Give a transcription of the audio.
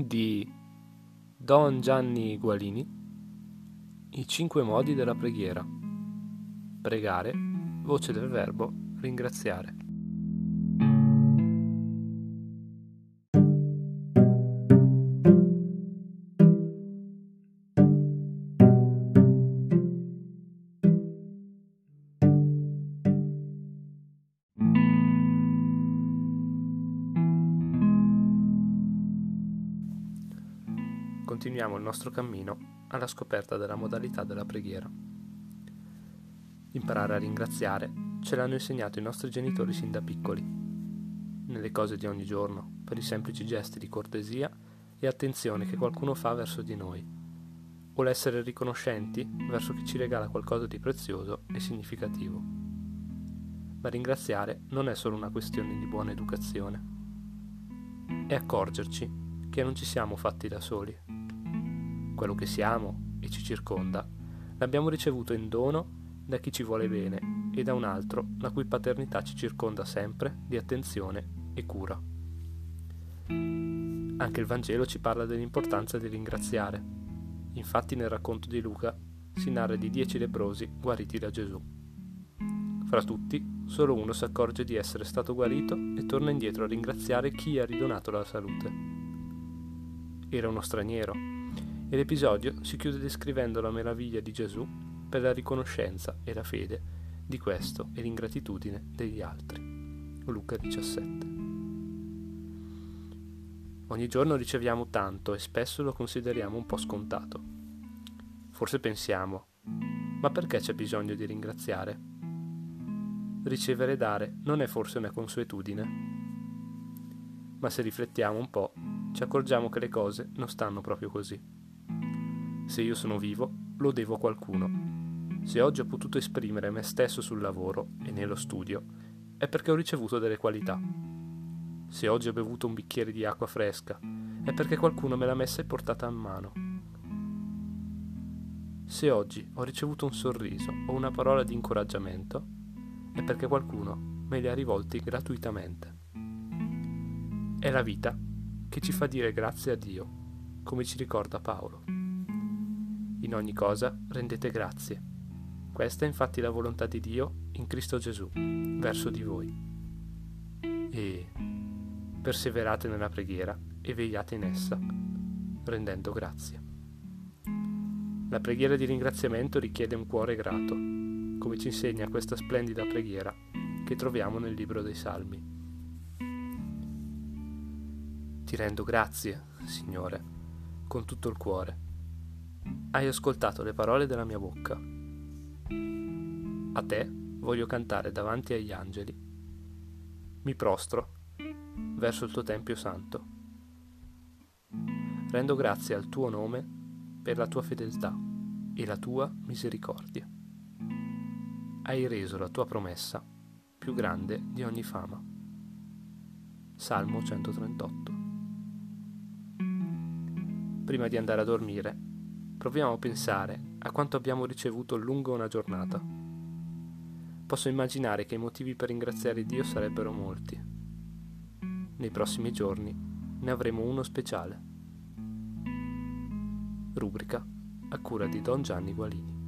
di Don Gianni Gualini, i 5 modi della preghiera. Pregare, voce del verbo ringraziare. Continuiamo il nostro cammino alla scoperta della modalità della preghiera. Imparare a ringraziare ce l'hanno insegnato i nostri genitori sin da piccoli, nelle cose di ogni giorno, per i semplici gesti di cortesia e attenzione che qualcuno fa verso di noi, o l'essere riconoscenti verso chi ci regala qualcosa di prezioso e significativo. Ma ringraziare non è solo una questione di buona educazione, è accorgerci che non ci siamo fatti da soli. Quello che siamo e ci circonda l'abbiamo ricevuto in dono da chi ci vuole bene e da un altro la cui paternità ci circonda sempre di attenzione e cura. Anche il Vangelo ci parla dell'importanza di ringraziare. Infatti nel racconto di Luca si narra di 10 leprosi guariti da Gesù. Fra tutti, solo uno si accorge di essere stato guarito e torna indietro a ringraziare chi ha ridonato la salute. Era uno straniero, e l'episodio si chiude descrivendo la meraviglia di Gesù per la riconoscenza e la fede di questo e l'ingratitudine degli altri. Luca 17. Ogni giorno riceviamo tanto e spesso lo consideriamo un po' scontato. Forse pensiamo, ma perché c'è bisogno di ringraziare? Ricevere e dare non è forse una consuetudine? Ma se riflettiamo un po', ci accorgiamo che le cose non stanno proprio così. Se io sono vivo, lo devo a qualcuno. Se oggi ho potuto esprimere me stesso sul lavoro e nello studio, è perché ho ricevuto delle qualità. Se oggi ho bevuto un bicchiere di acqua fresca, è perché qualcuno me l'ha messa e portata a mano. Se oggi ho ricevuto un sorriso o una parola di incoraggiamento, è perché qualcuno me li ha rivolti gratuitamente. È la vita che ci fa dire grazie a Dio, come ci ricorda Paolo. In ogni cosa rendete grazie. Questa è infatti la volontà di Dio in Cristo Gesù, verso di voi. E perseverate nella preghiera e vegliate in essa, rendendo grazie. La preghiera di ringraziamento richiede un cuore grato, come ci insegna questa splendida preghiera che troviamo nel libro dei Salmi. Ti rendo grazie, Signore, con tutto il cuore. Hai ascoltato le parole della mia bocca. A te voglio cantare davanti agli angeli. Mi prostro verso il tuo Tempio Santo. Rendo grazie al tuo nome per la tua fedeltà e la tua misericordia. Hai reso la tua promessa più grande di ogni fama. Salmo 138. Prima di andare a dormire, proviamo a pensare a quanto abbiamo ricevuto lungo una giornata. Posso immaginare che i motivi per ringraziare Dio sarebbero molti. Nei prossimi giorni ne avremo uno speciale. Rubrica a cura di Don Gianni Gualini.